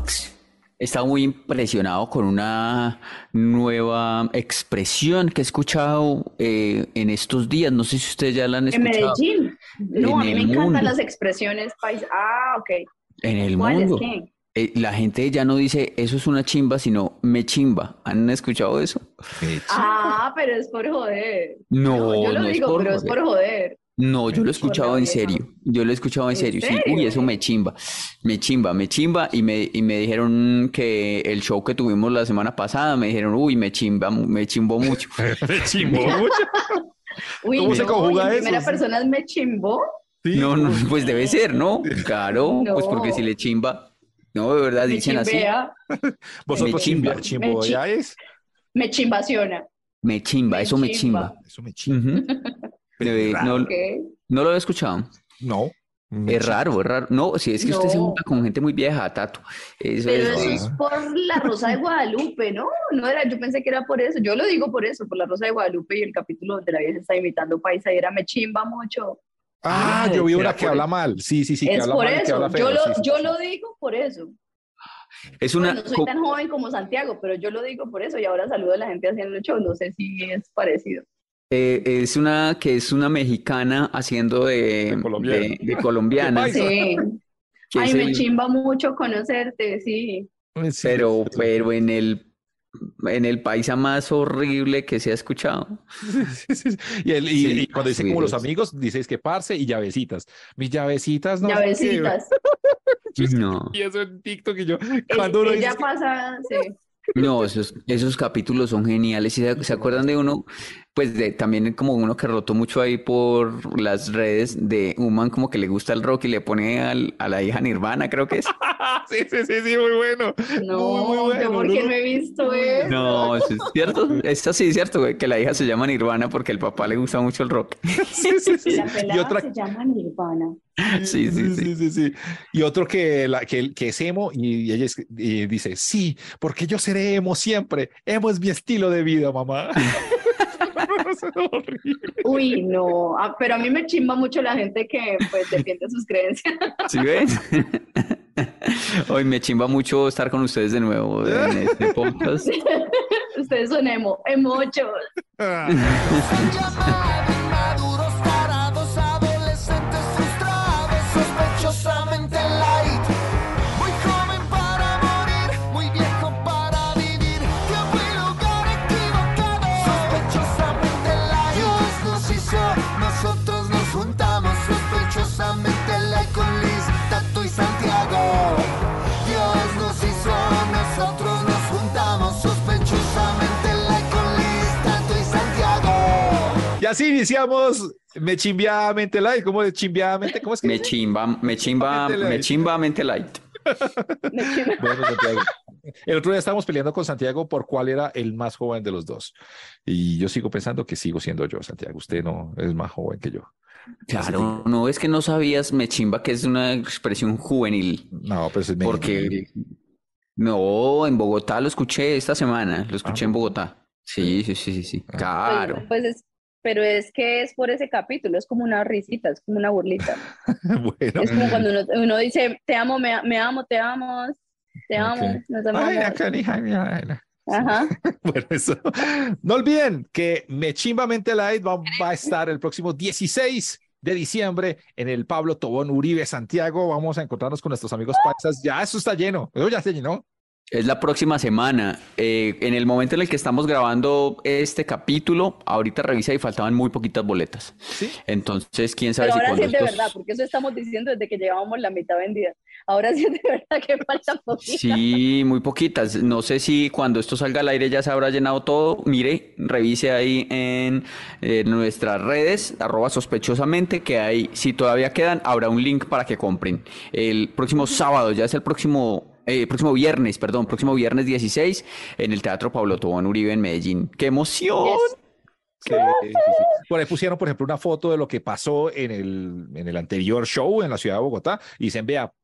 TikToks. He estado muy impresionado con una nueva expresión que he escuchado en estos días. No sé si ustedes ya la han En escuchado. Medellín. No, En a mí me el encantan mundo, las expresiones paisas. Ah, ok. en el ¿Cuáles? mundo. ¿Qué? La gente ya no dice eso es una chimba, sino me chimba. ¿Han escuchado eso? Me chimba, Ah, pero es por joder. No, yo No, lo no es digo, por pero es joder. por joder. No, yo me lo he Por la escuchado chimba. en vieja. serio. Yo lo he escuchado en ¿En serio, sí. Uy, serio? eso me chimba. Me chimba. Y me dijeron que el show que tuvimos la semana pasada, me dijeron, uy, me chimbó mucho. Me chimbó mucho. Uy, ¿Cómo se no, y en conjuga eso? primera Sí, persona es me chimbó. sí, No, no, ¿cómo? pues debe ser, ¿no? Claro, pues porque si No, le chimba, no, de verdad me dicen así, chimbea. me ¿Vosotros chimba, chimboyáis? Me chimbaciona. eso Me me chimba. chimba. Eso me chimba. Ujú. Pero muy No, raro. Ok. no lo he escuchado. No, me Es chimba. raro, es raro. No, si es que usted se junta No. con gente muy vieja, Tato. Eso Pero es eso es Ah, por la Rosa de Guadalupe, ¿no? No era, yo pensé que era por eso. Yo lo digo por eso, por la Rosa de Guadalupe y el capítulo donde la vieja está imitando paisa y era me chimba mucho. Ah, yo vi una será que por habla eso. mal. Sí, sí, sí, que Es habla por mal y que habla eso. Yo feo. lo, Sí, sí, sí, yo sí. lo digo por eso. Es Pues una, no soy tan joven como Santiago, pero yo lo digo por eso y ahora saludo a la gente haciendo el show. No sé si es parecido. es una que es una mexicana haciendo De colombiana. de De colombiana, paisa. Sí. que Ay, es me el, chimba mucho conocerte, sí. Sí, eso. pero en el paisa más horrible que se ha escuchado. Sí, sí, sí. Y Sí, cuando dice como los videos. amigos, dices que parce y llavecitas. Mis llavecitas, no sé qué. Llavecitas. Yo es que No. y eso en TikTok y yo, cuando uno dice es Ella que pasa, sí. No, esos capítulos son geniales. ¿Sí se acuerdan de uno? Pues de también como uno que rotó mucho ahí por las redes de un man como que le gusta el rock y le pone a la hija Nirvana, creo que es. sí, sí, sí, sí, muy bueno. Muy, muy No, yo bueno. No, porque no, no he visto muy bueno. No, eso. eso es cierto. Es así, cierto, güey, que la hija se llama Nirvana porque el papá le gusta mucho el rock. Sí, sí, sí, sí. La Y pelada otra, se llama Nirvana. sí, Sí, sí, sí, sí. sí, sí, sí. Y otro que es emo y ella y dice, sí, porque yo seré emo siempre. Emo es mi estilo de vida, mamá. Es horrible. Uy, no. Ah, pero a mí me chimba mucho la gente que pues defiende sus creencias. ¿Sí ven? Hoy me chimba mucho estar con ustedes de nuevo en este podcast. Ustedes son emo, emochos. Nos han llamado inmaduros, tarados, adolescentes frustrados, sospechosamente light. Muy joven para morir, muy viejo para vivir. Tiempo y lugar equivocado, sospechosamente light. Dios nos hizo, nosotros nos juntamos, sospechosamente light con Liz, Tato y Santiago. Dios nos hizo, nosotros nos juntamos, sospechosamente light con Liz, Tato y Santiago. Y así iniciamos Me Chimbiadamente Light. ¿Cómo de chimbiadamente? ¿Cómo es que dice? Me Light. chimba mente light. Me chimba. Bueno, Santiago. El otro día estábamos peleando con Santiago por cuál era el más joven de los dos. Y yo sigo pensando que sigo siendo yo, Santiago. Usted no es más joven que yo. Así que Claro, no es que no sabías, me chimba que es una expresión juvenil, no, pues es Medellín. porque no, en Bogotá lo escuché esta semana, lo Ah, escuché en bueno. Bogotá. Sí. Sí, sí, sí, sí, sí, Ah. claro. Pues pero es que es por ese capítulo, es como una risita, es como una burlita. Bueno, Es como Mm, cuando uno dice, te amo, me amo, te ok. amo, nos Ay, la amamos. canija, mira. Sí. Ajá. Bueno, eso. No olviden que Me Chimbamente Light va a estar el próximo 16 de diciembre en el Pablo Tobón Uribe, Santiago. Vamos a encontrarnos con nuestros amigos paisas. Ya eso está lleno. Eso ya se llenó. Es la próxima semana. En el momento en el que estamos grabando este capítulo, ahorita revisa y faltaban muy poquitas boletas. ¿Sí? Entonces, quién sabe Pero si ahora sí cuando es de verdad, estos... porque eso estamos diciendo desde que llevábamos la mitad vendida. Ahora sí es de verdad que falta poquita. Sí, muy poquitas. No sé si cuando esto salga al aire ya se habrá llenado todo. Mire, revise ahí en nuestras redes, @sospechosamente, que ahí, si todavía quedan, habrá un link para que compren. El próximo sábado, ya es el próximo viernes, perdón, próximo viernes 16, en el Teatro Pablo Tobón Uribe en Medellín. ¡Qué emoción! Yes. Sí, sí, sí. Por ahí pusieron, por ejemplo, una foto de lo que pasó en el anterior show en la ciudad de Bogotá y dicen, vea,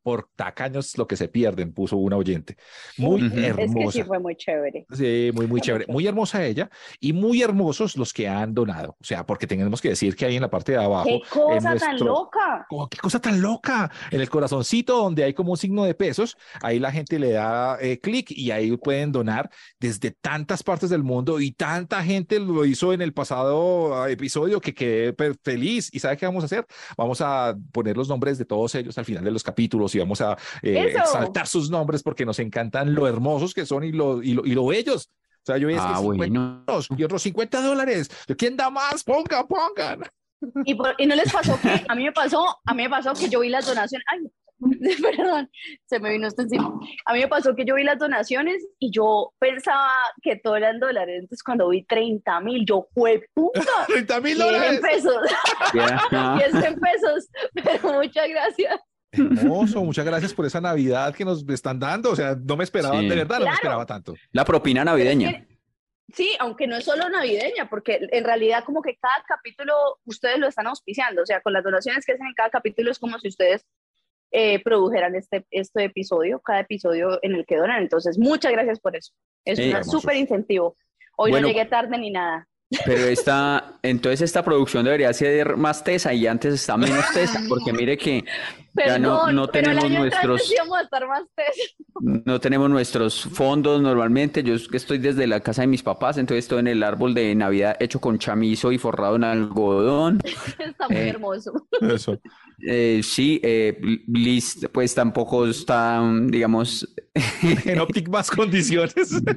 por tacaños lo que se pierden, puso una oyente. Muy Ujú. Es que sí hermosa. fue muy chévere. Sí, muy Fue chévere. muy Muy hermosa ella y muy hermosos los que han donado. O sea, porque tenemos que decir que ahí en la parte de abajo, ¡Qué en cosa tan nuestro... loca! Oh, qué cosa tan loca. En el corazoncito donde hay como un signo de pesos, ahí la gente le da clic y ahí pueden donar desde tantas partes del mundo y tanta gente lo hizo en el pasado episodio que quedé feliz. ¿Y sabe qué vamos a hacer? Vamos a poner los nombres de todos ellos al final de los capítulos y vamos a ¡Eso! exaltar sus nombres porque nos encantan lo hermosos que son y lo bellos. O sea, yo vi es que Ah, 50 bueno. y otros $50. ¿Quién da más? Pongan. Y no les pasó que a mí me pasó que yo vi las donaciones. Ay, perdón, se me vino esto encima. A mí me pasó que yo vi las donaciones y yo pensaba que todo era en dólares. Entonces, cuando vi 30.000, yo fue puta. $30,000. Y es en pesos. Ya. Y es en pesos. Pero muchas gracias. Hermoso, muchas gracias por esa Navidad que nos están dando. O sea, no me esperaba, Sí. de verdad, no me Claro. esperaba tanto. La propina Pero es navideña. que, sí, aunque no es solo navideña, porque en realidad como que cada capítulo ustedes lo están auspiciando. O sea, con las donaciones que hacen en cada capítulo es como si ustedes produjeran este episodio, cada episodio en el que donan. Entonces, muchas gracias por eso. Es un hermosos. súper incentivo. Hoy Bueno. no llegué tarde ni nada. Pero entonces esta producción debería ser más tesa y antes está menos tesa, porque mire que ya Perdón, no pero el tenemos año entrante nuestros, sí vamos a estar más tesos. no tenemos nuestros fondos normalmente. Yo es que estoy desde la casa de mis papás, entonces estoy en el árbol de Navidad hecho con chamizo y forrado en algodón. Está muy Eh, hermoso. Eso. Sí, Liz pues tampoco está, digamos, En óptimas condiciones.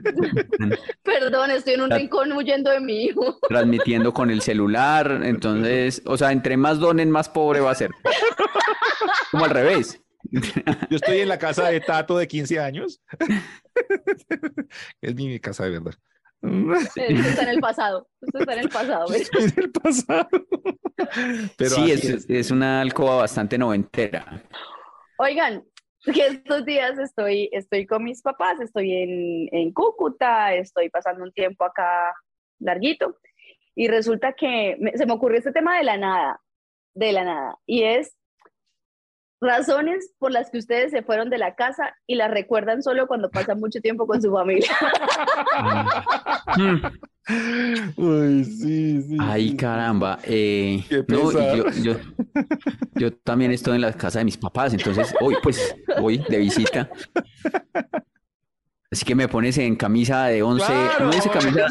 Perdón, estoy en un La- rincón huyendo de mi hijo. transmitiendo con el celular. Entonces, o sea, entre más donen, más pobre va a ser. Como al revés. Yo estoy en la casa de Tato de 15 años. Es mi casa de verdad. Esto está en el pasado. Esto está en el pasado. ¿ves? En el pasado. Pero Sí, así es una alcoba bastante noventera. Oigan, que estos días estoy con mis papás, estoy en Cúcuta, estoy pasando un tiempo acá larguito, y resulta que se me ocurrió este tema de la nada, y es razones por las que ustedes se fueron de la casa y las recuerdan solo cuando pasan mucho tiempo con su familia. Uy, sí. Ay, sí. caramba. Qué No, pesar. yo también estoy en la casa de mis papás, entonces hoy voy de visita. Así que me pones en camisa de 11. Claro. ¿No dice camisa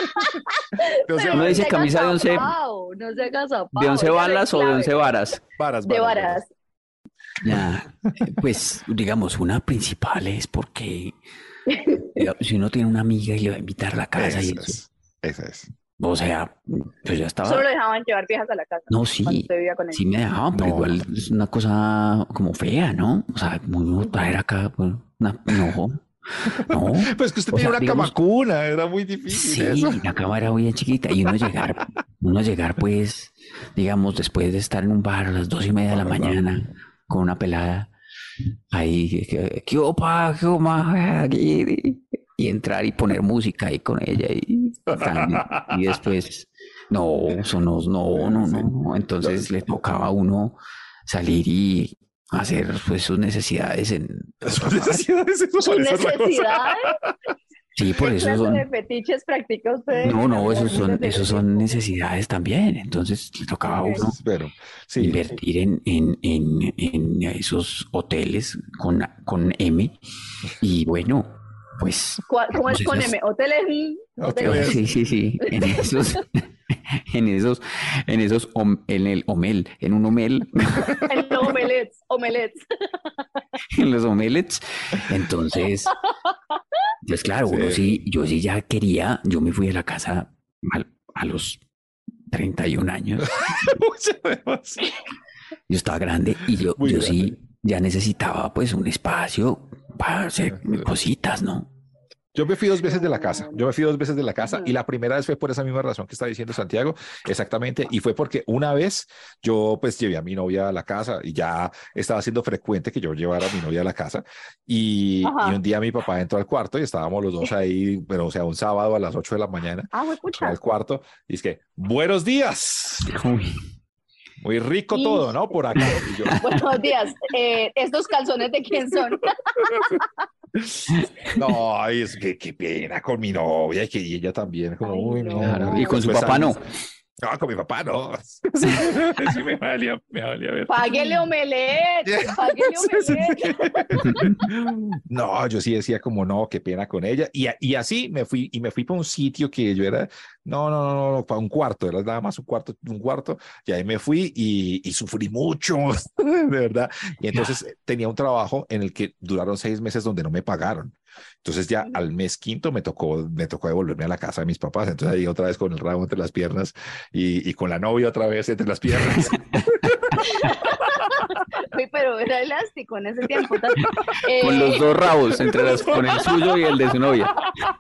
O sea, Uno dice se haga camisa de 11 zapao, no se haga zapao, de 11 esa es la balas o de clave. 11 varas? De varas. Ya, pues digamos, una principal es porque si uno tiene una amiga y le va a invitar a la casa y eso, Esa es. o sea, pues ya Solo estaba. lo dejaban llevar viejas a la casa No, cuando sí, usted vivía con sí ellos. me dejaban, pero No. igual es una cosa como fea, ¿no? O sea, muy traer acá, pues, no. Pues que usted O tiene sea, una digamos, camacuna, era muy difícil sí, eso. la cama era bien chiquita y uno llegar, pues, digamos, después de estar en un bar a las 2:30 de la mañana con una pelada, ahí, ¿qué opa? ¿Qué oma? Y entrar y poner música ahí con ella y después, no, eso no. Entonces le tocaba a uno salir y hacer pues sus necesidades en Sus necesidades, eso ¿Sus parece otra cosa. necesidades? Sí, por ¿Qué eso clase de son. fetiches practica usted? No, esos son necesidades también. Entonces le tocaba a Ok. uno Pero, sí. invertir en esos hoteles con M. Y bueno, pues ¿Cómo es con esas- M? Hoteles. Hoteles. Sí, en esos, en el Omel, en un Omel, En omelets. en los omelets. Entonces, pues claro, yo sí ya quería, yo me fui de la casa a los 31 años. Muchas veces. Yo estaba grande y yo Muy sí grande. ya necesitaba pues un espacio para hacer cositas, ¿no? Yo me fui 2 veces de la casa. Y la primera vez fue por esa misma razón que está diciendo Santiago, exactamente. Y fue porque una vez yo pues llevé a mi novia a la casa y ya estaba siendo frecuente que yo llevara a mi novia a la casa. Y Ajá. un día mi papá entró al cuarto y estábamos los dos ahí, pero o sea, un sábado a las 8 de la mañana. Ah, Entró escucha. al cuarto y es que, buenos días. Uy, Muy rico Y- todo, ¿no? Por acá. Y yo, Buenos días. ¿Estos calzones de quién son? no, ay, es que qué pena con mi novia y ella también, como, Ay, uy, no. mi Claro, amor. y con su Después papá no. No, con mi papá no. Sí, me valía ver. Páguele omelette, páguele Sí, sí, omelette. No, yo sí decía como no, qué pena con ella. Y así me fui para un sitio que yo era, no, para un cuarto, era nada más un cuarto, y ahí me fui y sufrí mucho, de verdad. Y entonces tenía un trabajo en el que duraron 6 meses donde no me pagaron. Entonces ya al mes quinto me tocó devolverme a la casa de mis papás. Entonces ahí otra vez con el rabo entre las piernas y con la novia otra vez entre las piernas. Uy, pero era elástico en ese tiempo. Con los dos rabos, con el suyo y el de su novia.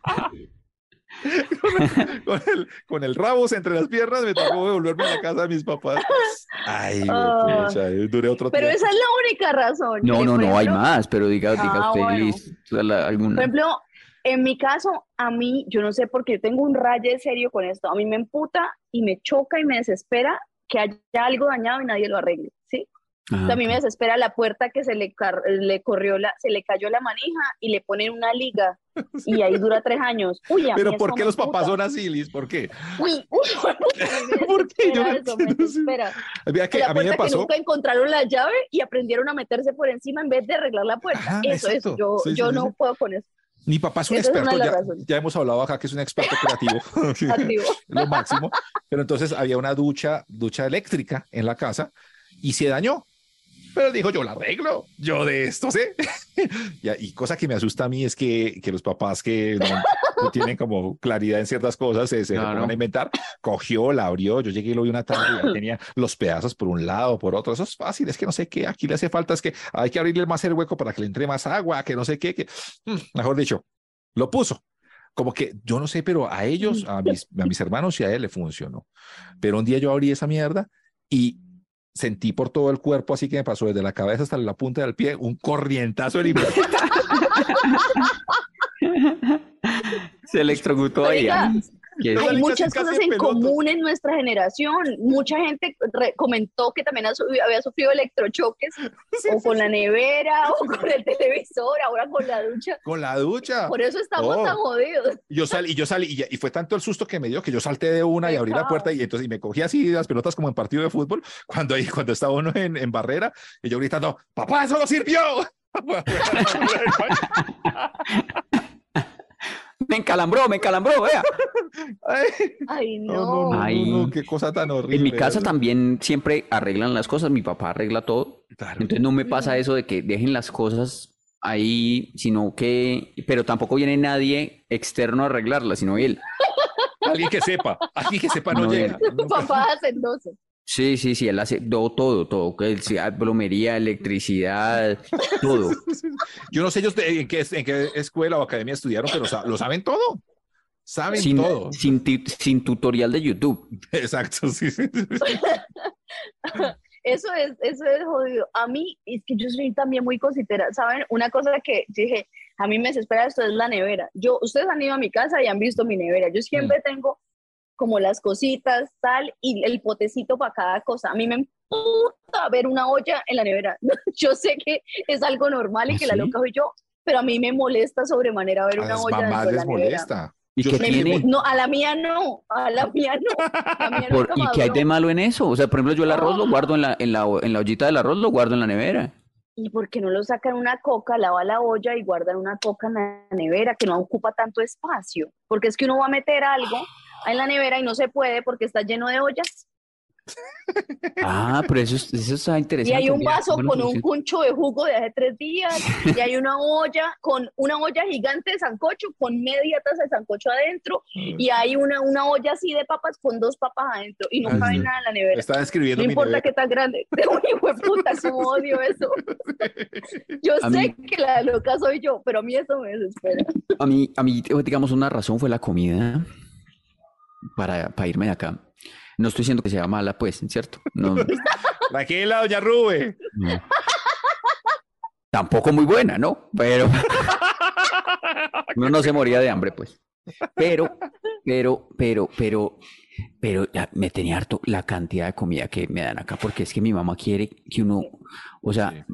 con el rabo entre las piernas me tocó devolverme a la casa de mis papás. Ay, Ah. pucha, duré otro Pero tiempo. esa es la única razón. No, Por hay ejemplo, más, pero diga usted bueno. Liz, Por alguna. ejemplo, en mi caso, a mí, yo no sé por qué yo tengo un raye serio con esto. A mí me emputa y me choca y me desespera que haya algo dañado y nadie lo arregle, ¿sí? O sea, a mí me desespera la puerta que se le cayó la manija y le ponen una liga y ahí dura 3 años. Uy, a mí Pero eso ¿por qué me los papás emputa. son así, Liz? ¿Por qué? Uy, me ¿Por qué? Yo no desespera eso, me entiendo, sí. desespera. Vea que La a mí me puerta que pasó. nunca encontraron la llave y aprendieron a meterse por encima en vez de arreglar la puerta. Ajá, Eso, exacto. yo, Sí, sí, yo sí, no sí. puedo con eso. Mi papá es un Esa es una experto, de las ya, razones. ya hemos hablado acá que es un experto creativo, Activo. lo máximo, pero entonces había una ducha eléctrica en la casa y se dañó, pero dijo, yo la arreglo, yo de esto sé. Y cosa que me asusta a mí es que los papás que no tienen como claridad en ciertas cosas se Claro. pongan a inventar, cogió, la abrió, yo llegué y lo vi una tarde y ya tenía los pedazos por un lado, por otro, eso es fácil, es que no sé qué, aquí le hace falta, es que hay que abrirle más el hueco para que le entre más agua, que no sé qué, mejor dicho, lo puso. Como que yo no sé, pero a ellos, a mis hermanos y a él le funcionó. Pero un día yo abrí esa mierda y sentí por todo el cuerpo, así que me pasó desde la cabeza hasta la punta del pie un corrientazo de Se electrocutó ahí. Oiga, ¿Qué es? hay salí muchas casi cosas en en pelotas. común en nuestra generación. Mucha gente comentó que también había sufrido electrochoques o con la nevera o con el televisor, ahora con la ducha. Con la ducha. Por eso estamos tan jodidos. Yo salí y fue tanto el susto que me dio que yo salté de una y abrí la puerta y entonces me cogí así las pelotas como en partido de fútbol cuando estaba uno en barrera y yo gritando, papá, eso no sirvió. Me encalambró, vea. Ay, no. No, qué cosa tan horrible. En mi casa también siempre arreglan las cosas, mi papá arregla todo. Claro. Entonces no me pasa eso de que dejen las cosas ahí, sino pero tampoco viene nadie externo a arreglarlas, sino él. Alguien que sepa no, No, llega. Papá hacendoso. Sí, él hace todo, que él sea plomería, electricidad, todo. Yo no sé ellos en qué escuela o academia estudiaron, pero lo saben todo. Saben Sin, todo. sin tutorial de YouTube. Exacto, sí. Eso es jodido. A mí, es que yo soy también muy cositera, ¿saben? Una cosa que dije, a mí me desespera esto es la nevera. Ustedes han ido a mi casa y han visto mi nevera. Yo siempre tengo como las cositas, tal, y el potecito para cada cosa. A mí me emputa ver una olla en la nevera. Yo sé que es algo normal y que la loca soy yo, pero a mí me molesta sobremanera ver una olla dentro de la nevera. Molesta. ¿Y qué tiene? No, a la mía no. La mía nunca ¿Y qué hay de malo en eso? O sea, por ejemplo, yo el arroz lo guardo en la ollita del arroz, lo guardo en la nevera. ¿Y por qué no lo sacan una coca, lava la olla y guardan una coca en la nevera que no ocupa tanto espacio? Porque es que uno va a meter algo en la nevera y no se puede porque está lleno de ollas. Ah, pero eso está interesante. Y hay un vaso Bueno, con pues, un sí. cuncho de jugo de hace 3 días, y hay una olla gigante de sancocho con media taza de sancocho adentro, y hay una olla así de papas con 2 papas adentro, y no cabe sí. nada en la nevera. Está describiendo No mi importa nevera. qué tan grande. Uy, hijo de puta, cómo odio eso. Yo A sé mí- que la loca soy yo, pero a mí eso me desespera. A mí, digamos, una razón fue la comida para irme de acá. No estoy diciendo que sea mala, pues, ¿cierto? No, Tranquila, doña Rube. no. Tampoco muy buena, ¿no? Pero uno no se moría de hambre, pues. Pero, pero ya me tenía harto la cantidad de comida que me dan acá, porque es que mi mamá quiere que uno, o sea, Sí,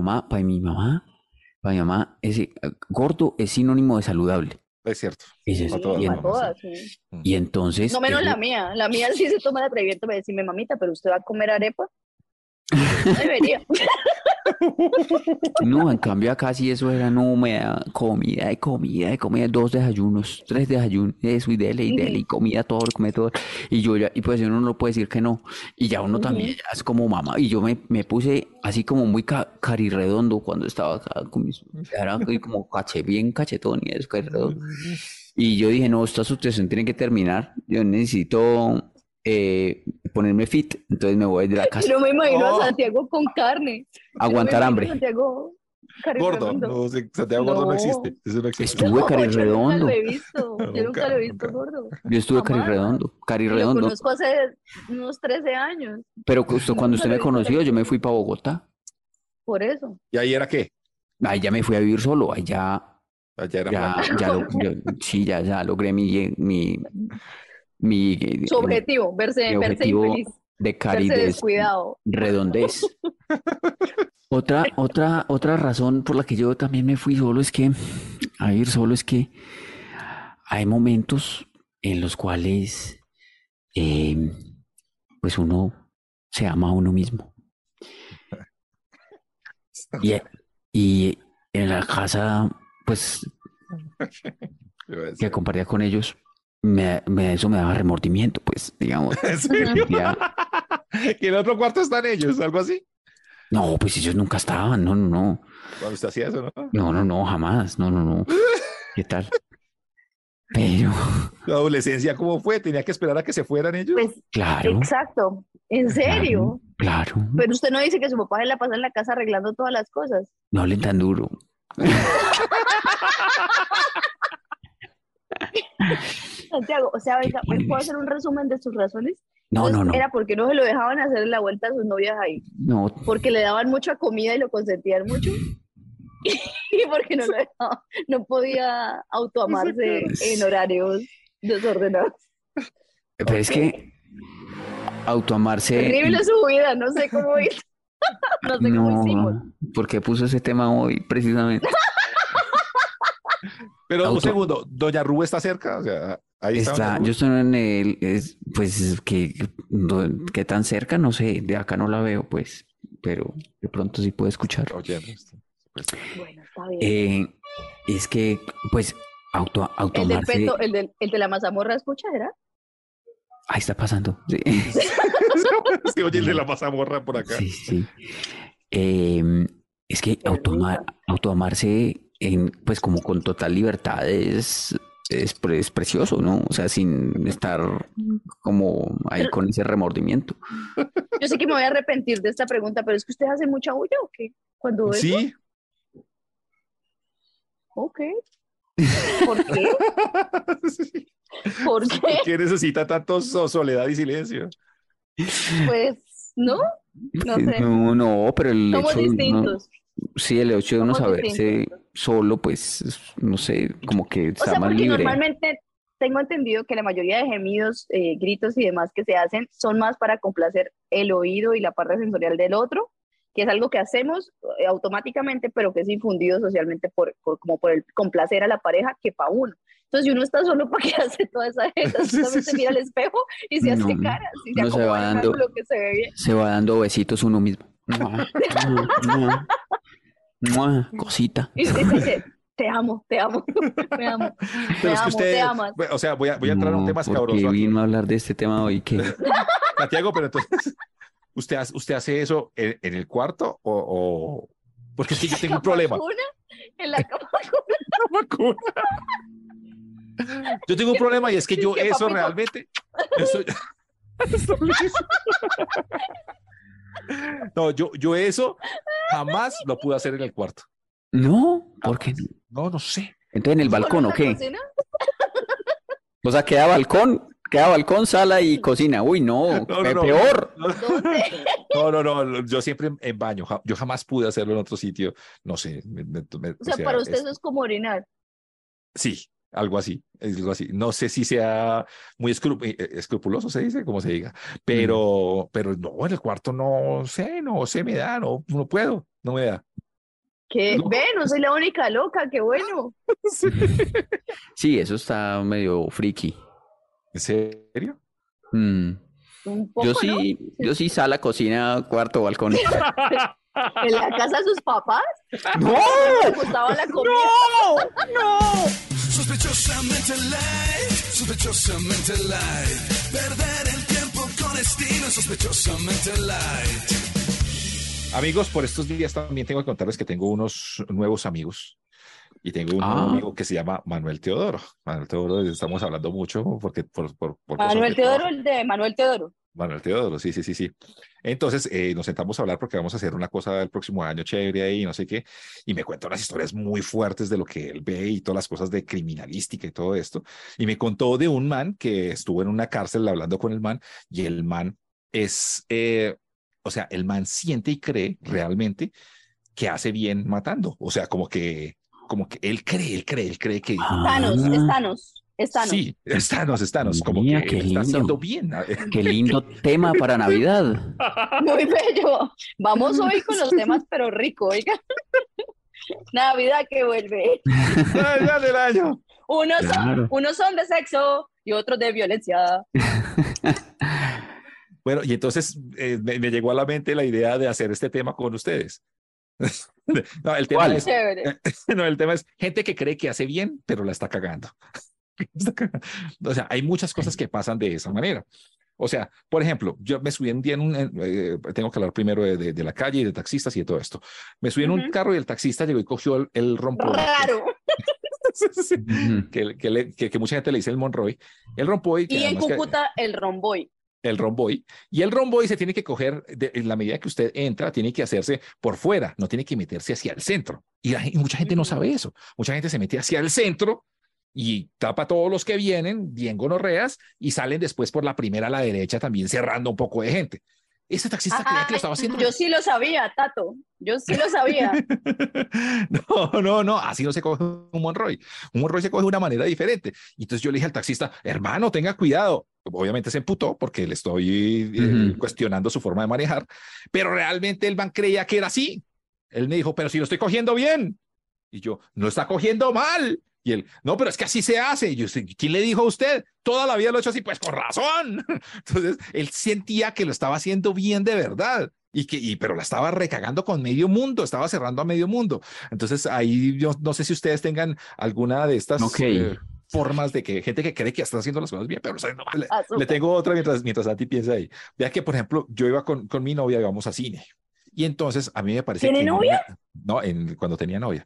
para mi mamá, ese gordo es sinónimo de saludable. es cierto. Ese Para es- todas Sí, y, las para mamás, sí. todas, sí. Mm. y entonces, No menos la mía. La mía sí se toma el atrevimiento de decirme, mamita, pero usted va a comer arepa. No debería. no, en cambio acá sí eso era, no, me da comida, de comida, de comida, 2 desayunos, 3 desayunos, eso y dele, y Ujú, comida todo, come todo. Y yo ya, y pues uno no puede decir que no. Y ya uno también ujú. ya es como mamá. Y yo me puse así como muy carirredondo cuando estaba acá con mis, era así como bien cachetón y eso, carirredondo. Y yo dije, no, esta situación tiene que terminar. Yo necesito ponerme fit, entonces me voy de la Yo casa. no me imagino a Oh, Santiago con carne. Yo no me Aguantar imagino a hambre. Santiago gordo. redondo. No, Santiago gordo no existe. No, Eso no existe. Estuve no, yo nunca lo carirredondo. he visto. Yo nunca Nunca, lo he visto nunca. gordo. Yo estuve Jamás. carirredondo, Y lo carirredondo. conozco hace unos 13 años. Pero cuando Nunca usted lo me he visto conoció, yo me fui gracioso. para Bogotá. Por eso. ¿Y ahí era qué? Ahí ya me fui a vivir solo. Ahí Allá era flaco. sí, ya logré mi, Su objetivo, mi verse objetivo infeliz, de verse caridez, descuidado. redondez. Otra razón por la que yo también me fui solo es que, a vivir solo es que hay momentos en los cuales, eh, pues uno se ama a uno mismo. Y, y en la casa, pues, Iba a que decir. compartía con ellos, eso me daba remordimiento, pues, digamos. ¿En Me serio? sentía, ¿Y en el otro cuarto están ellos? ¿Algo así? no, pues ellos nunca estaban, no, no, no, Cuando usted hacía eso, ¿no? no, no, no, jamás, no, no, no. ¿Qué tal? Pero, La adolescencia, ¿cómo fue? ¿Tenía que esperar a que se fueran ellos? Pues, claro, exacto. ¿En claro, serio? claro, Pero usted no dice que su papá se la pasa en la casa arreglando todas las cosas. no hablen tan duro. Santiago, o sea, ¿Qué venga, ¿me puedo tienes? hacer un resumen de sus razones? No, no, Entonces, no, era porque no se lo dejaban hacer la vuelta a sus novias ahí, no, porque le daban mucha comida y lo consentían mucho, y porque no lo dejaban, no podía Esa autoamarse cara. en es- horarios desordenados. pero es Ok. que autoamarse, Terrible su vida, no sé cómo hizo, no sé cómo hicimos. no, ¿por qué puso ese tema hoy precisamente? Pero un Auto, segundo, ¿Doña Rú está cerca? O sea, ahí está Doña Está, Rú. yo estoy en pues, que tan cerca, no sé, de acá no la veo, pues, pero de pronto sí puede escuchar. Oyendo esto. Pues, Bueno, está bien. Eh, es que, pues, El del autoamarse, peto, el de la mazamorra, ¿escucha, era? ahí está pasando, sí, es que oye el de la mazamorra por acá. sí, sí. Es que Qué risa. autoamarse, pues, como con total libertad es precioso, ¿no? O sea, sin estar como ahí Pero con ese remordimiento. yo sé que me voy a arrepentir de esta pregunta, pero es que usted hace mucha bulla o qué? Cuando eso, Sí. ok. ¿Por qué? Sí. ¿Por ¿Por qué? qué necesita tanto soledad y silencio? Pues, ¿no? No sé. No, no, pero el Somos hecho de uno, distintos. sí, el hecho de uno Somos distintos. saberse solo, pues, no sé, como que O está sea, más porque libre. normalmente tengo entendido que la mayoría de gemidos, gritos y demás que se hacen son más para complacer el oído y la parte sensorial del otro, que es algo que hacemos automáticamente, pero que es infundido socialmente como por el complacer a la pareja que para uno. Entonces, si uno está solo, ¿para qué hace toda esa gente? Sí, sí, Solamente sí. mira al espejo y se No, hace caras y se uno se va acomoda en un dando, ángulo que se ve bien. se va dando besitos uno mismo. Mua, mua, mua, mua, cosita. Y se dice, te amo, me amo, Pero me es que amo, te usted, amas. o sea, voy a entrar a un No, tema porque escabroso aquí. vino a hablar de este tema hoy que Santiago, pero entonces, ¿usted hace eso en el cuarto porque es que yo tengo un problema. Vacuna, en la cama. Yo tengo un problema y es que yo Que eso papito. realmente. eso- No, yo eso jamás lo pude hacer en el cuarto. no, porque Jamás. No, no sé. entonces en el ¿Solo balcón en o la qué? cocina? O sea, queda balcón, sala y cocina. Uy, no, No. peor. ¿Dónde? No, yo siempre en baño. Yo jamás pude hacerlo en otro sitio. No sé. O sea, para usted es- eso es como orinar. sí, algo así, es algo así. No sé si sea muy escrupuloso, se dice, como se diga, pero no, en el cuarto no sé, no se me da, no puedo, no me da. Que, Loco. ve, no soy la única loca, qué bueno. Sí. Sí, eso está medio friki. ¿En serio? Mm. Un Yo poco, ¿no? sí, sala, cocina, cuarto, balcón. En la casa de sus papás, ¡No! le gustaba la comida. ¡No! Sospechosamente light, sospechosamente light. Perder el tiempo con estilo, sospechosamente light. Amigos, por estos días también tengo que contarles que tengo unos nuevos amigos. Y tengo un nuevo amigo que se llama Manuel Teodoro. Manuel Teodoro, estamos hablando mucho porque por cosas Manuel de Teodoro, trabajo. el de Manuel Teodoro. Manuel Teodoro, sí. Entonces nos sentamos a hablar porque vamos a hacer una cosa el próximo año chévere ahí, no sé qué. Y me cuenta unas historias muy fuertes de lo que él ve y todas las cosas de criminalística y todo esto. Y me contó de un man que estuvo en una cárcel hablando con el man y el man es, o sea, el man siente y cree realmente que hace bien matando. O sea, como que él cree que Thanos, es Thanos, es Thanos. sí, Thanos, como Mira, que qué él está haciendo lindo. bien. Qué lindo tema para Navidad. Muy bello. Vamos hoy con los temas, pero rico, oiga. Navidad que vuelve. Ya del año. Claro. Unos son de sexo y otros de violencia. Bueno, y entonces me llegó a la mente la idea de hacer este tema con ustedes. No, el tema ¿Cuál? es, Chévere. no, el tema es gente que cree que hace bien, pero la está cagando. O sea, hay muchas cosas que pasan de esa manera. O sea, por ejemplo, yo me subí un día tengo que hablar primero de la calle y de taxistas y de todo esto. Me subí en un carro y el taxista llegó y cogió el rompoy. Raro. Que mucha gente le dice el Monroy. El rompoy. Y en Cúcuta, el romboy. El romboy. Y el romboy se tiene que coger, en la medida que usted entra, tiene que hacerse por fuera, no tiene que meterse hacia el centro. Y mucha gente no sabe eso. Mucha gente se mete hacia el centro y tapa a todos los que vienen, bien gonorreas, y salen después por la primera a la derecha también cerrando un poco de gente. Ese taxista creía que lo estaba haciendo. Yo sí lo sabía, Tato. Yo sí lo sabía. No, así no se coge un Monroy. Un Monroy se coge de una manera diferente. Y entonces yo le dije al taxista, hermano, tenga cuidado. Obviamente se emputó porque le estoy cuestionando su forma de manejar, pero realmente el man creía que era así. Él me dijo, pero si lo estoy cogiendo bien. Y yo, no está cogiendo mal. Y él, no, pero es que así se hace. Y yo, ¿quién le dijo a usted? Toda la vida lo he hecho así, pues con razón. Entonces, él sentía que lo estaba haciendo bien de verdad. Pero la estaba recagando con medio mundo, estaba cerrando a medio mundo. Entonces, ahí yo no sé si ustedes tengan alguna de estas formas de que gente que cree que está haciendo las cosas bien, pero no, le tengo otra mientras Santi piensa ahí. Vea que, por ejemplo, yo iba con mi novia, íbamos a cine. Y entonces a mí me parece ¿Tiene que novia? No, cuando tenía novia.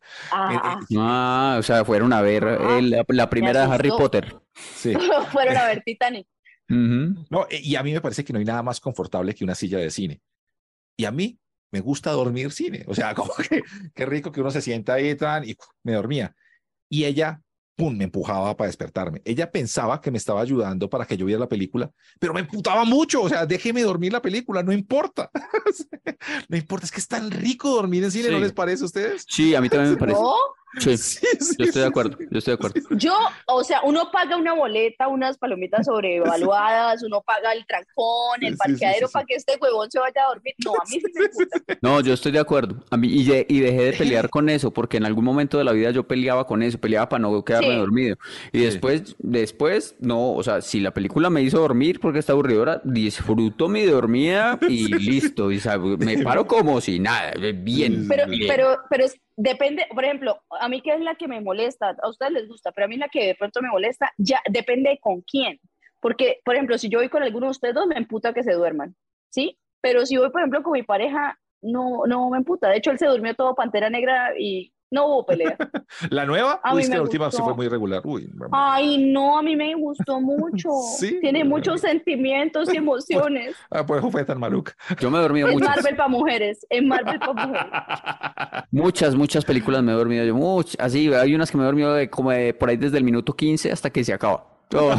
O sea, fueron a ver la primera de Harry Potter. Sí. Fueron a ver Titanic. No, y a mí me parece que no hay nada más confortable que una silla de cine. Y a mí me gusta dormir cine. O sea, como que qué rico que uno se sienta ahí y me dormía. Y ella, pum, me empujaba para despertarme. Ella pensaba que me estaba ayudando para que yo viera la película, pero me emputaba mucho. O sea, déjeme dormir la película, no importa. No importa, es que es tan rico dormir en cine, ¿no les parece a ustedes? Sí, a mí también me parece. ¿No? Sí, yo estoy de acuerdo, yo estoy de acuerdo. Yo, o sea, uno paga una boleta, unas palomitas sobrevaluadas, uno paga el trancón, el parqueadero para que este huevón se vaya a dormir. No, a mí sí me gusta. No, yo estoy de acuerdo. A mí, y dejé de pelear con eso, porque en algún momento de la vida yo peleaba con eso, peleaba para no quedarme dormido. Y después, no, o sea, si la película me hizo dormir porque está aburridora, disfruto mi dormida y listo. Y, me paro como si nada, bien. Pero depende, por ejemplo, a mí que es la que me molesta, a ustedes les gusta, pero a mí la que de pronto me molesta, ya depende con quién. Porque, por ejemplo, si yo voy con alguno de ustedes dos, me emputa que se duerman, ¿sí? Pero si voy, por ejemplo, con mi pareja, no me emputa. De hecho, él se durmió todo Pantera Negra y no hubo pelea. ¿La nueva? Es que la última se fue muy regular. Ay, no, a mí me gustó mucho. ¿Sí? Tiene muchos sentimientos y emociones. Por eso fue tan maluca. Yo me he dormido mucho. Es Marvel para mujeres, es Marvel para mujeres. Muchas películas me he dormido yo. Así, hay unas que me he dormido por ahí desde el minuto 15 hasta que se acaba. Oh.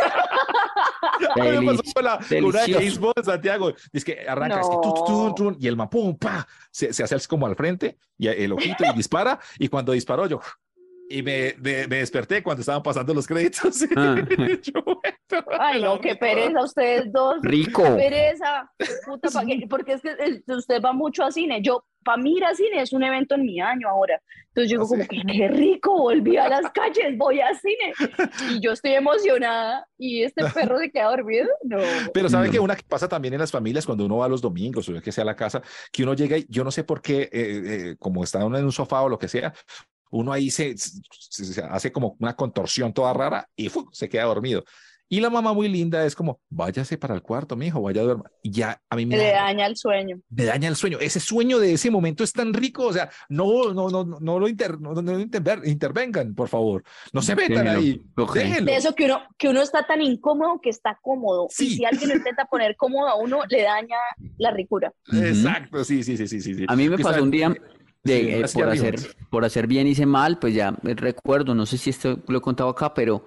Me pasó con una de James Bond, Santiago. Es que arranca, es que y el mapum, pa, se hace como al frente y el ojito y dispara. Y cuando disparó, yo Y me desperté cuando estaban pasando los créditos. Ah. Yo, Ay, no, qué pereza ustedes dos. Rico. Qué pereza. Puta, porque es que usted va mucho a cine. Yo, para mí ir a cine es un evento en mi año ahora. Entonces yo digo como que qué rico, volví a las calles, voy a cine. Y yo estoy emocionada y este perro se queda dormido. No. Pero sabe que una que pasa también en las familias cuando uno va los domingos o que sea a la casa, que uno llega y yo no sé por qué, como está uno en un sofá o lo que sea, uno ahí se hace como una contorsión toda rara y se queda dormido. Y la mamá muy linda es como, váyase para el cuarto, mijo, vaya a dormir. Y ya a mí Le daña el sueño. me daña el sueño. Ese sueño de ese momento es tan rico, o sea, no lo intervengan, por favor. No se metan Déjenlo. ahí. Ok. Déjenlo. De eso que uno está tan incómodo que está cómodo. Sí. Y si alguien lo intenta poner cómodo a uno, le daña la ricura. Exacto, sí. A mí me Que pasó está- un día Sí, así arriba. por hacer bien hice mal, pues ya recuerdo, no sé si esto lo he contado acá, pero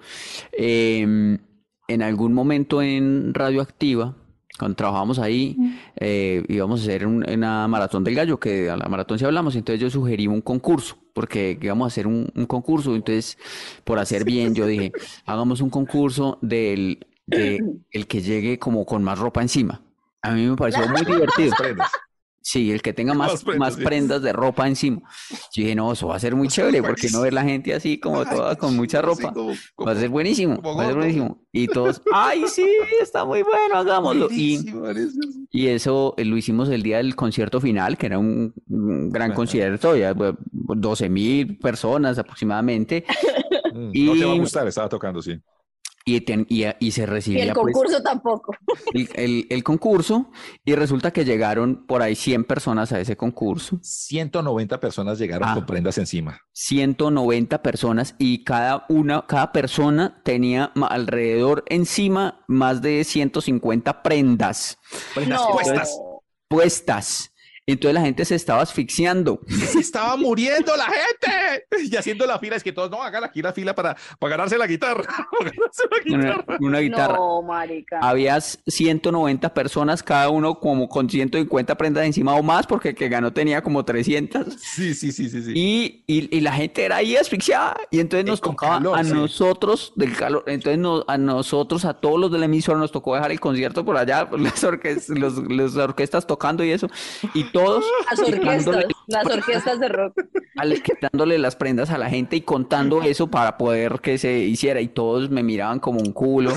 en algún momento en Radioactiva, cuando trabajábamos ahí, íbamos a hacer una maratón del gallo, que a la maratón sí hablamos, entonces yo sugerí un concurso, porque íbamos a hacer un concurso, entonces por hacer bien yo dije, hagamos un concurso de el que llegue como con más ropa encima. A mí me pareció muy divertido. Prendas. Sí, el que tenga Más más prendas, sí. prendas de ropa encima. Yo dije, no, eso va a ser muy chévere, porque no ver la gente así como toda con mucha Así ropa. como Va a ser buenísimo, como va a ser gordo. buenísimo. Y todos, ay, sí, está muy bueno, hagámoslo. Buenísimo, eso. Y eso lo hicimos el día del concierto final, que era un gran Ajá. concierto, ya 12.000 personas aproximadamente. No te va a Y, gustar, estaba tocando, sí. y se Y el recibía pues, concurso tampoco. el concurso, y resulta que llegaron por ahí 100 personas a ese concurso. 190 personas llegaron Ah. con prendas encima. 190 personas y cada persona tenía alrededor encima más de 150 prendas Prendas No. puestas. puestas. Entonces la gente se estaba asfixiando. Se estaba muriendo la gente. Y haciendo la fila, es que todos, no, hagan aquí la fila para ganarse la guitarra. Para ganarse la guitarra. Una guitarra. No, marica. Había 190 personas, cada uno como con 150 prendas encima o más, porque el que ganó tenía como 300. Sí. Y la gente era ahí asfixiada. Y entonces nos Con tocaba calor, a sí. nosotros del calor. Entonces a nosotros, a todos los de la emisora, nos tocó dejar el concierto por allá, las orquestas tocando y eso. Y todos Las orquestas de rock. quitándole las prendas a la gente y contando eso para poder que se hiciera. Y todos me miraban como un culo.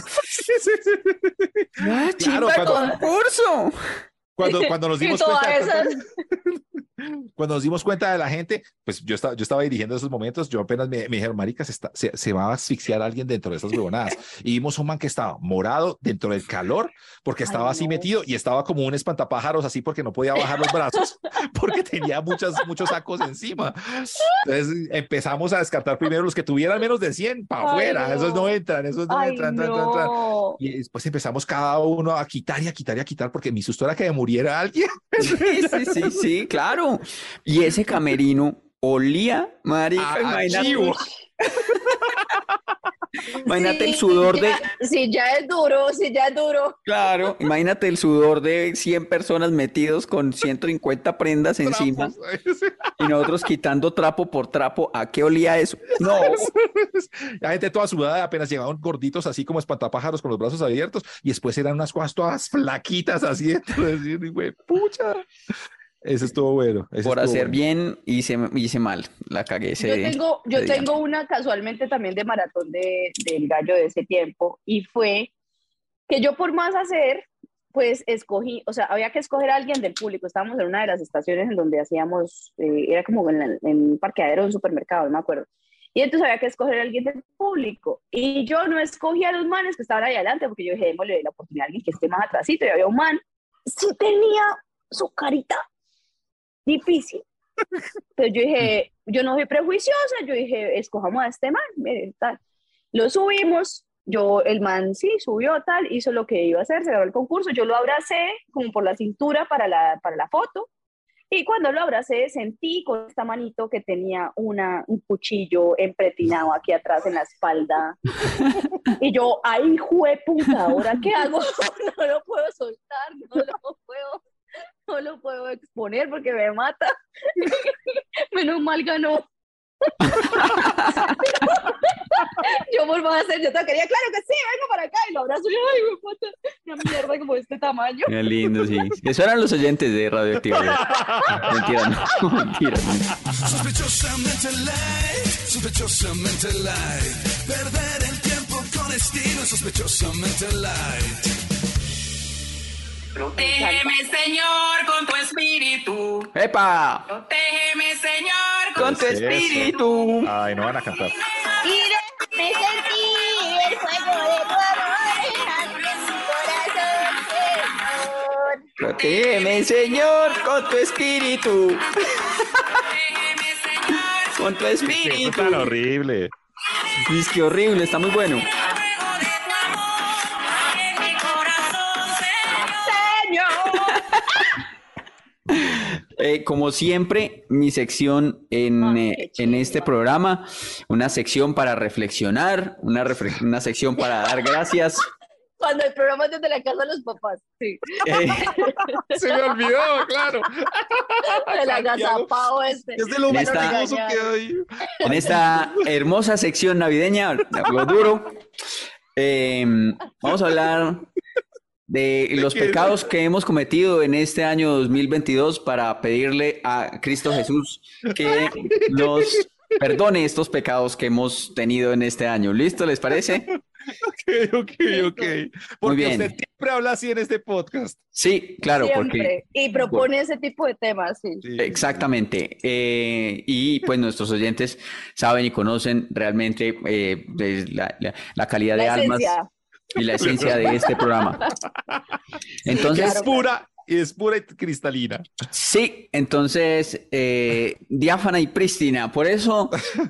¡Ah, Claro, chimba de concurso! Cuando nos Y dimos todas cuenta, esas. cuando nos dimos cuenta de la gente, pues yo estaba dirigiendo esos momentos, yo apenas me dijeron, marica, se va a asfixiar alguien dentro de esas huevonadas. Y vimos un man que estaba morado dentro del calor, porque estaba así no. metido y estaba como un espantapájaros así porque no podía bajar los brazos, porque tenía muchos sacos encima. Entonces empezamos a descartar primero los que tuvieran menos de 100 para Ay, afuera, no. esos no entran, entran. No. Y después empezamos cada uno a quitar y a quitar y a quitar, porque mi susto era que muriera alguien. Sí, claro. Y ese camerino olía, marica, A imagínate. chivo. Imagínate el Sí, sudor de, Sí, ya es duro. claro, imagínate el sudor de 100 personas metidos con 150 prendas encima y nosotros quitando trapo por trapo. ¿A qué olía eso? No, La gente toda sudada, apenas llegaban gorditos así como espantapájaros con los brazos abiertos y después eran unas cosas todas flaquitas así, entonces, güey, pucha. Eso estuvo bueno. Eso por estuvo hacer bueno. bien hice mal, la cagué ese Yo ese día. tengo una casualmente también de maratón del gallo de ese tiempo y fue que yo por más hacer, pues escogí, o sea, había que escoger a alguien del público. Estábamos en una de las estaciones en donde hacíamos, era como en un parqueadero de un supermercado, no me acuerdo. Y entonces había que escoger a alguien del público. Y yo no escogí a los manes que estaban ahí adelante, porque yo dije, démosle la oportunidad a alguien que esté más atrásito. Y había un man, sí tenía su carita difícil. Entonces yo dije, yo no soy prejuiciosa, yo dije, escojamos a este man, mire, tal. Lo subimos, el man sí subió, tal, hizo lo que iba a hacer, se ganó el concurso, yo lo abracé como por la cintura para la foto, y cuando lo abracé sentí con esta manito que tenía un cuchillo empretinado aquí atrás en la espalda, y yo, ay, jueputa, ¿ahora qué hago? No lo puedo soltar, no lo puedo exponer porque me mata. Menos mal ganó. ¿cómo lo vas a hacer? Yo te quería, claro que sí, vengo para acá y lo abrazo y yo, ay, güey, puta, una mierda como de este tamaño. Qué lindo, sí. Eso eran los oyentes de Radioactiva. Mentira, no, mentira. Sospechosamente light, sospechosamente light. Perder el tiempo con estilo, sospechosamente light. Protégeme, Señor, con tu espíritu. ¡Epa! Protégeme, Señor, Con tu es eso? espíritu. Ay, no van a cantar. Y déjame sentir el fuego de tu amor arde en mi corazón, Señor. Protégeme, Señor, con tu espíritu. Protégeme, Señor, Con tu Qué espíritu. tan horrible. Es que horrible, está muy bueno. fuego de tu amor en mi corazón, Señor. Señor. Como siempre, mi sección en, Ay, qué en este chimba. programa, una sección para reflexionar, una sección para dar gracias. Cuando el programa es desde la casa de los papás, sí. Eh, Se me olvidó, claro. El Santiago, agazapado este. Es de lo En más esta- hermoso que hay. en esta hermosa sección navideña, de Hablo Duro, vamos a hablar de los qué es? pecados que hemos cometido en este año 2022 para pedirle a Cristo Jesús que nos perdone estos pecados que hemos tenido en este año. ¿Listo? ¿Les parece? Ok. Porque bien. usted siempre habla así en este podcast. Sí, claro, porque Siempre. Y propone ese tipo de temas, sí. Sí. exactamente. Y pues nuestros oyentes saben y conocen realmente pues, la calidad de La almas esencia. y la esencia de este programa. Que Entonces, es pura y cristalina. sí, entonces, diáfana y prístina. Por eso,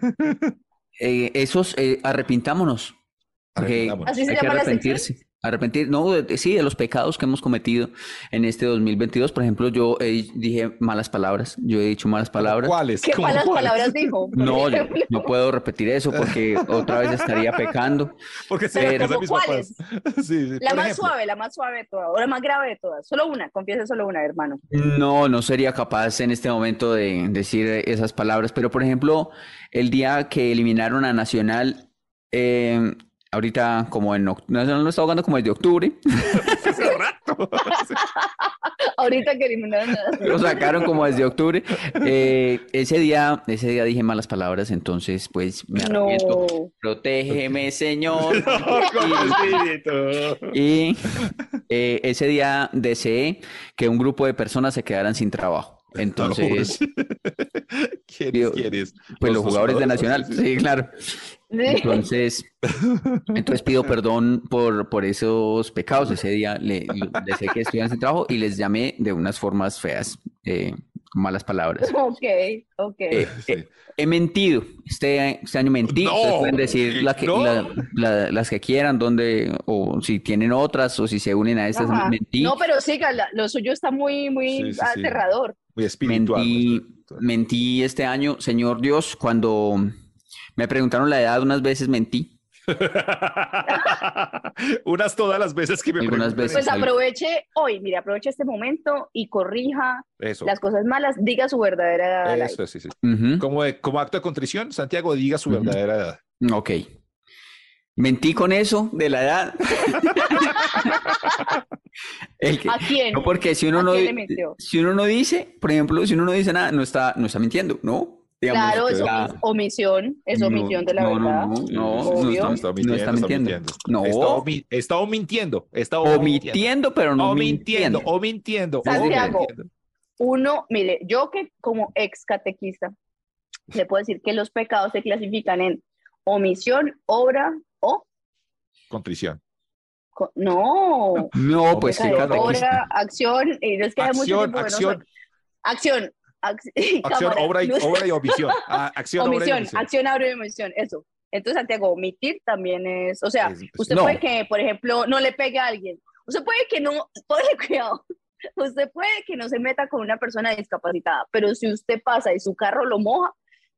arrepintámonos. Porque Arrepintámonos. Así se hay que llama la arrepentirse. Arrepentir, no, sí, de los pecados que hemos cometido en este 2022. Por ejemplo, yo dije malas palabras. Yo he dicho malas palabras. ¿Cuáles? ¿Qué ¿Cómo malas cuáles? palabras dijo? Por No, yo ejemplo. no puedo repetir eso porque otra vez estaría pecando. Porque se Pero la casa de ¿como mis papás. Sí, La por más ejemplo. suave, la más suave de todas, o la más grave de todas. Solo una, confiese solo una, hermano. No, no sería capaz en este momento de decir esas palabras. Pero, por ejemplo, el día que eliminaron a Nacional, ahorita como Nacional lo está jugando como desde octubre, Hace rato. Ahorita que eliminaron a... lo sacaron como desde octubre. Ese día dije malas palabras, entonces pues me arrepiento. No. Protégeme, Señor. Con espíritu. Y ese día deseé que un grupo de personas se quedaran sin trabajo. Entonces, ¿Quiénes? ¿Quiénes? pues los jugadores de jugadores? Nacional, sí, claro. Entonces pido perdón por esos pecados. Ese día deseé que estuvieran sin trabajo y les llamé de unas formas feas, con malas palabras. Ok. Sí. He mentido. Este año mentí. No, Ustedes pueden decir no. las que quieran, o si tienen otras, o si se unen a estas. Ajá. Mentí. No, pero siga, lo suyo está muy Sí, sí, sí. aterrador. Muy espiritual. muy espiritual. Mentí este año, Señor Dios, cuando me preguntaron la edad, unas veces mentí. Todas las veces que me Algunas preguntan veces. Pues aproveche hoy, mire, aproveche este momento y corrija eso. las cosas malas, diga su verdadera edad al aire. Eso, sí. Ujú. Como acto de contrición, Santiago diga su Ujú. verdadera edad. Ok. Mentí con eso de la edad. ¿A quién? No, porque si uno ¿A no, quién le mintió? si uno no dice, por ejemplo, si uno no dice nada, no está mintiendo, ¿no? Digamos, Claro, es la- omisión, es omisión de la no, verdad. no, Obvio. está mintiendo. No, Está mintiendo. omitiendo, pero no mintiendo. O mintiendo. Santiago. Uno, mire, yo que como ex catequista le puedo decir que los pecados se clasifican en omisión, obra o Contrición. no. No, pues soy Pecado, catequista. obra, acción, y nos queda mucho tiempo. Acción, Acción, acción, cámara, obra y luz. omisión. Acción, obra y Omisión, omisión. acción, obra y omisión, eso. Entonces, Santiago, omitir también es, o sea, usted no. puede que, por ejemplo, no le pegue a alguien. Usted puede que no, ponle cuidado. Usted puede que no se meta con una persona discapacitada, pero si usted pasa y su carro lo moja,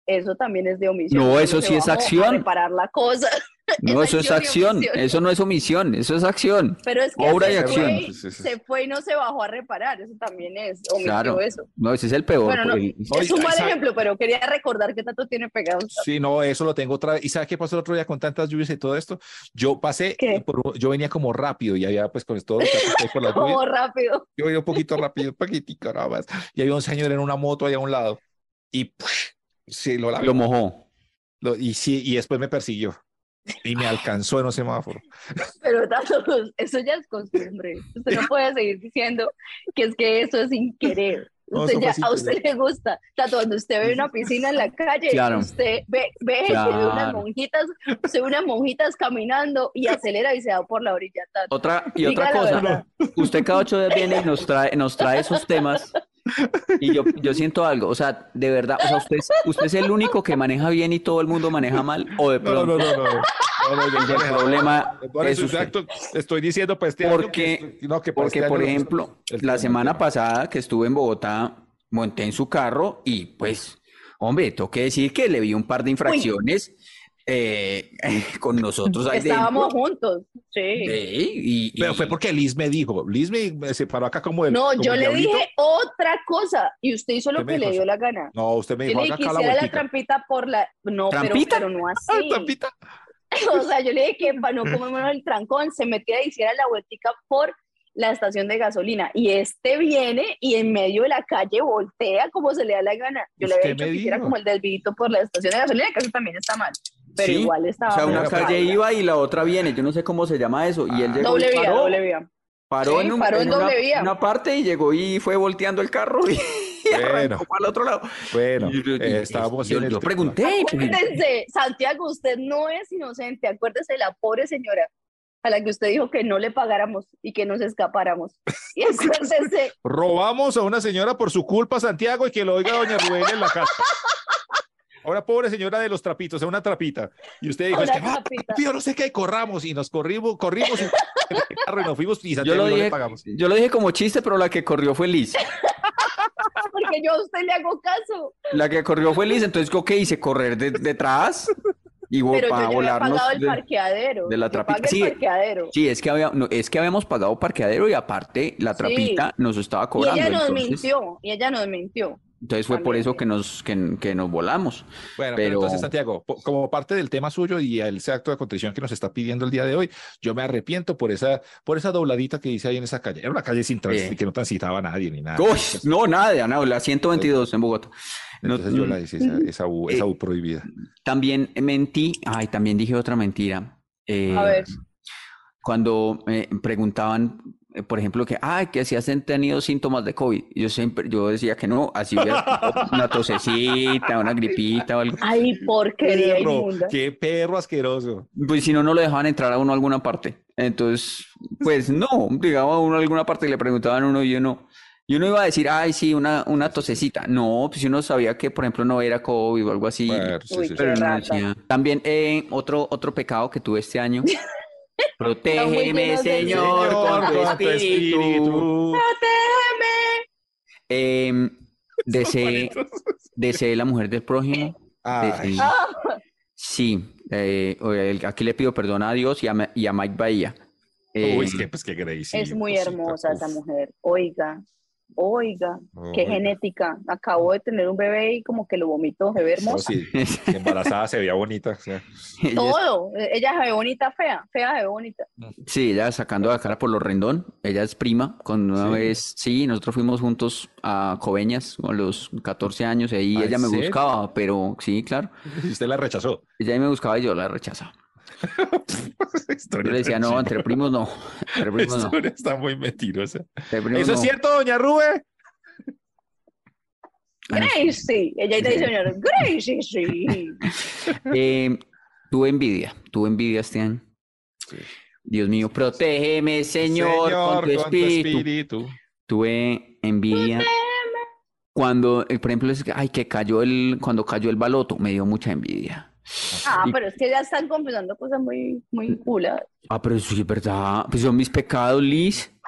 eso también es de omisión. No, Uno eso se sí es bajó a acción. reparar la cosa. No, eso es y acción. omisión. Eso no es omisión, eso es acción. Pero es que Obra y se acción. fue, Sí, sí, sí. se fue y no se bajó a reparar. Eso también es omitió Claro. eso. No, ese es el peor. Bueno, no, porque- es un Oiga, mal ¿sabe? ejemplo, pero quería recordar que Tato tiene pegado. Sí, no, eso lo tengo otra vez. ¿Y sabe qué pasó el otro día con tantas lluvias y todo esto? Yo pasé, ¿Qué? yo venía como rápido y había pues con todo lo que hay por la lluvia. Como rápido. Yo venía un poquito rápido, un poquitico nada más. Y había un señor en una moto allá a un lado y sí, Lo mojó. y sí, y después me persiguió y me alcanzó en un semáforo. Pero Tato, eso ya es costumbre. Usted no puede seguir diciendo que es que eso es sin querer. No, Usted eso fue ya, sin a usted le gusta. Tato, cuando usted ve una piscina en la calle, Claro. usted ve unas Claro. monjitas, usted ve unas monjitas caminando y acelera y se va por la orilla, Tato. Otra Diga la cosa, verdad. usted cada 8 días viene y nos trae esos temas y yo siento algo, o sea, de verdad, o sea, usted es el único que maneja bien y todo el mundo maneja mal, o de No, pronto yo el problema por es eso, usted. exacto, estoy diciendo para este Porque- año que, no, que para Porque, este por año ejemplo, el la tema, semana el tema. pasada que estuve en Bogotá, monté en su carro y pues, hombre, tengo que decir que le vi un par de infracciones con nosotros ahí Estábamos dentro. juntos. Sí. Pero fue porque Liz me dijo, Liz me separó acá como el No, como yo el le diablito. dije otra cosa y usted hizo ¿Qué lo me que dijo? le dio la gana. No, usted me Yo dijo, le haga dije que acá la hiciera la vueltica. trampita por la... No, ¿Trampita? pero no Ah, así. trampita. O sea, yo le dije que para no comerme el trancón se metiera y hiciera la vueltica por la estación de gasolina. Y este viene y en medio de la calle voltea como se le da la gana. Yo le había Usted dicho me que hiciera dijo. como el desvidito por la estación de gasolina, que eso también está mal. Pero Sí, igual o estaba sea, una Bueno, calle paila. iba y la otra viene, yo no sé cómo se llama eso, y él llegó Doble y vía, paró, doble vía. paró Sí, en, paró en doble vía. una parte y llegó y fue volteando el carro y Bueno. arrancó para el otro lado. Bueno, Y estábamos yo, en el yo tema. pregunté, Acuérdense, Santiago, usted no es inocente. Acuérdese de la pobre señora a la que usted dijo que no le pagáramos y que nos escapáramos. Y acuérdese, Robamos a una señora por su culpa, Santiago, y que lo oiga doña Rubén en la casa. Ahora, pobre señora de los trapitos, es una trapita. Y usted dijo, Una es que va, trapita. yo no sé qué, corramos. Y nos corrimos y nos fuimos y yo Santiago lo no le dije, pagamos. yo lo dije como chiste, pero la que corrió fue Liz. porque yo a usted le hago caso. La que corrió fue Liz, entonces ¿qué hice? Correr detrás y Pero yo para ya había volarnos pagado el parqueadero. de la Yo trapita. pagué Sí, el parqueadero. sí, es que es que habíamos pagado parqueadero y aparte la Sí. trapita nos estaba Y cobrando. ella nos entonces, mintió. Y ella nos mintió. entonces fue por También. eso que nos volamos. Bueno, pero Pero entonces, Santiago, como parte del tema suyo y ese acto de contrición que nos está pidiendo el día de hoy, yo me arrepiento por esa dobladita que hice ahí en esa calle. Era una calle sin tránsito, que no transitaba nadie ni nada. Uy, no, nada, no, la 122 en Bogotá. No, Entonces yo la hice, esa U prohibida. también mentí, también dije otra mentira. A ver. Cuando me preguntaban, por ejemplo, que si has tenido síntomas de COVID. Yo decía que no, así hubiera una tosecita, una gripita o algo. Ay, porquería inmunda. Qué perro asqueroso. Pues si no, no lo dejaban entrar a uno a alguna parte. Entonces, pues no, llegaba uno a alguna parte y le preguntaban a uno y uno iba a decir, ay, sí, una tosecita. No, pues si uno sabía que, por ejemplo, no era COVID o algo así. Bueno, sí, Uy, sí, sí. Pero qué no rata. decía. También otro pecado que tuve este año. Están muy Protégeme, llenos de Señor, con tu con tu espíritu. Protégeme. Deseé la mujer del prójimo. Ay, Ah, Sí, aquí le pido perdón a Dios y a Mike Bahía. uy, pues qué Gracie. es muy cosita, hermosa uf. esa mujer. Oiga, qué Oiga. genética. Acabo de tener un bebé y como que lo vomitó, se ve No, hermosa. sí, embarazada se veía bonita. O sea, Ella Todo. Ella se ve bonita, fea se ve bonita. Sí, ella sacando la cara por lo rendón. Ella es prima. Una vez, sí, nosotros fuimos juntos a Coveñas a los 14 años y ahí ¿Ah, ella en me serio? buscaba, pero sí, claro. y usted la rechazó. Ella me buscaba y yo la rechazaba. Yo Historia le decía, tan no, chimba. entre primos no. Entre primos no. Historia está muy mentirosa. Entre primos ¿Eso es no. cierto, doña Rube? Ah, no. Gracie. Ella te dice, Gracie, sí. Tuve envidia este año. Sí. Dios mío, protégeme, Señor, con tu espíritu. Tuve envidia cuando, por ejemplo, cuando cayó el baloto, me dio mucha envidia. Ah, Y- pero es que ya están confesando cosas muy, muy culas. Pero sí es verdad, pues son mis pecados, Liz.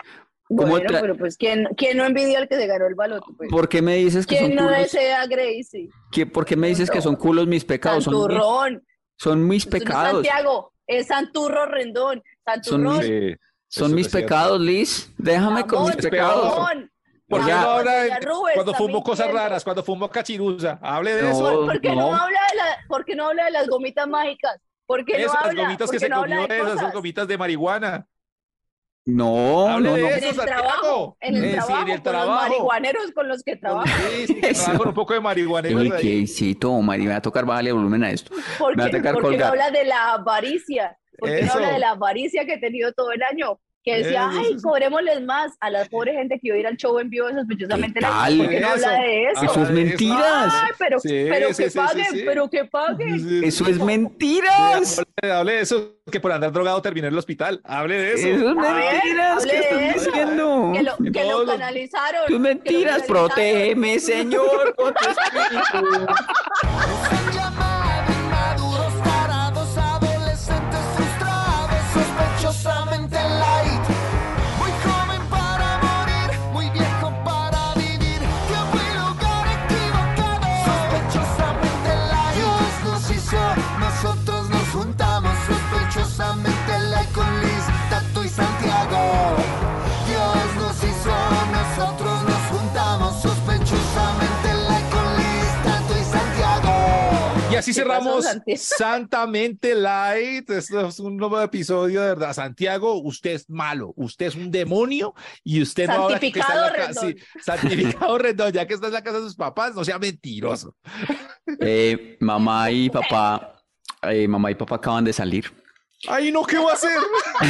¿Cómo Bueno, pero pues ¿quién no envidia al que se ganó el baloto? Pues? ¿Por qué me dices que son ¿Quién no culos? desea a Gracie? ¿Por qué me dices que son culos mis pecados? Santurrón. Son mis Eso no es pecados. Santiago, es Santurro Rendón. Santurrón. Sí, Son eso mis es cierto. pecados, Liz. Déjame con mis Ramón, pecados. Ramón. ¿Por qué Ya. no habla Doña Rubens cuando está fumó cosas mintiendo. raras, cuando fumó cachirusa? Hable de No. eso. ¿Por qué no habla ¿por qué no habla de las gomitas mágicas? ¿Por qué no Esas habla? gomitas ¿Por que qué se no habla comió, de esas son cosas? gomitas de marihuana. No, Hable no, de no. En eso, el Santiago. trabajo, en el Sí, trabajo, en el con los trabajo. marihuaneros con los que trabaja. Sí, sí, que trabaja con un poco de marihuaneros Uy, ahí. qué sí, toma, y me va a tocar bajarle el volumen a esto. ¿Por Me va a qué, tocar por qué no colgar. habla de la avaricia? ¿Por qué no Eso. habla de la avaricia que he tenido todo el año? Que decía, Eso, ay, sí, sí. cobrémosles más a la pobre gente que iba a ir al show en vivo de Sospechosamente ¿Qué Light. tal? ¿Por qué no habla de eso? Eso es mentiras. Ay, pero, Sí, pero sí, que sí, paguen, sí, sí. pero que paguen. Sí, sí, Eso sí. es mentiras. Hable de eso, que por andar drogado terminé en el hospital. Hable de eso. Eso es A ver, mentiras. hable ¿Qué estás de eso. diciendo? Que lo Todos los- canalizaron. Eso es mentiras. que lo canalizaron. Protégeme, Señor, con tu espíritu. Nos han llamado inmaduros, tarados, adolescentes frustrados, sospechosamente light. Muy joven para morir, muy viejo para vivir. Tiempo y lugar equivocado, sospechosamente light. Dios nos hizo, nosotros nos juntamos, sospechosamente light con Liz, Tato y Santiago. Dios nos hizo, nosotros nos juntamos, sospechosamente light con Liz, Tato y Santiago. Y así ¿Qué cerramos pasó, Santi? Santamente Light. Esto es un nuevo episodio, de verdad. Santiago, usted es malo, usted es un demonio y usted no ahora que está en Santificado la casa. Rendón. Sí, santificado Rendón, ya que está en la casa de sus papás, no sea mentiroso. Mamá y papá acaban de salir. Ay, no, ¿qué va a hacer?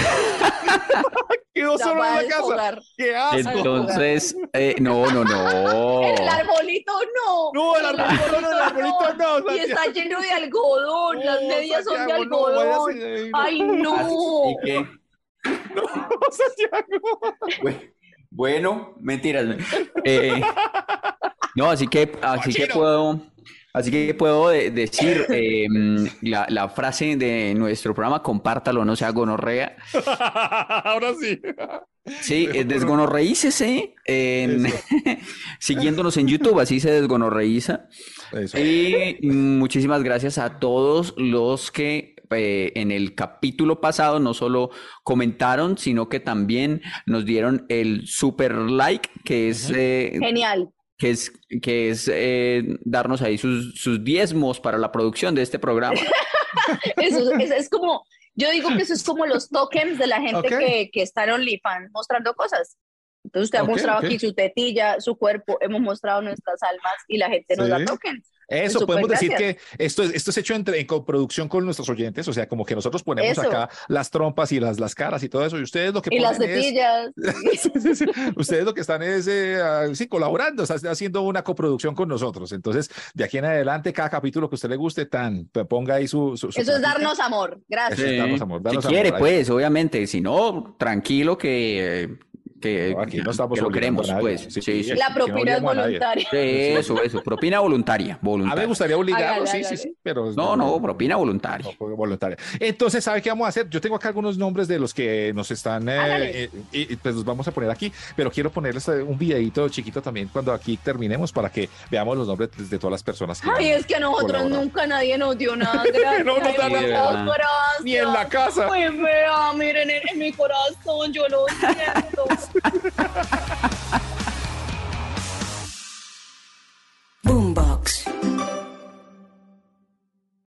Quedó Ya solo va en a la casa. desfogar. ¡Qué asco! Entonces, no, no, no. El arbolito no. No, el arbolito no, el arbolito no, Y está Santiago. lleno de algodón. Las No, medias son de Santiago, no, algodón. váyase, Ay, no. Así que, Santiago. bueno, mentiras. No, así que puedo decir la frase de nuestro programa, compártalo, no sea gonorrea. Ahora sí. Sí, desgonorreícese siguiéndonos en YouTube, así se desgonorreiza. Eso. Y muchísimas gracias a todos los que en el capítulo pasado no solo comentaron, sino que también nos dieron el super like, que es Genial. que es darnos ahí sus diezmos para la producción de este programa. Eso es como, yo digo que eso es como los tokens de la gente Ok. que está en OnlyFans mostrando cosas. Entonces usted ha Ok, mostrado ok. aquí su tetilla, su cuerpo, hemos mostrado nuestras almas y la gente nos Sí. da tokens. Eso, Súper podemos decir gracias. que esto es hecho en coproducción con nuestros oyentes, o sea, como que nosotros ponemos Eso. acá las trompas y las caras y todo eso, y ustedes lo que Y las ponen es... tetillas. Sí, sí, sí. Ustedes lo que están es sí, colaborando, están haciendo una coproducción con nosotros. Entonces, de aquí en adelante, cada capítulo que a usted le guste, ponga ahí su Eso es platica. darnos amor. Gracias. Eso es darnos amor, darnos Si amor, quiere, ahí. pues, obviamente. Si no, tranquilo que No, aquí no estamos que lo obligando queremos, a nadie. pues. Sí, Sí, sí. aquí La no propina es obligamos a nadie. voluntaria. Eso, propina voluntaria, A mí me voluntaria. gustaría obligarlo, Hágale, sí, hágale. sí, sí, pero No, propina voluntaria. no, voluntaria. Entonces, ¿sabe qué vamos a hacer? Yo tengo acá algunos nombres de los que nos están, Hágale. y pues los vamos a poner aquí, pero quiero ponerles un videito chiquito también cuando aquí terminemos para que veamos los nombres de todas las personas que Ay, han es que a nosotros colaborado. nunca nadie nos dio nada. Gracias. No nos dan Ay, nada. muchas gracias. Ni en la casa. Ay, vea, miren en mi corazón, yo lo siento.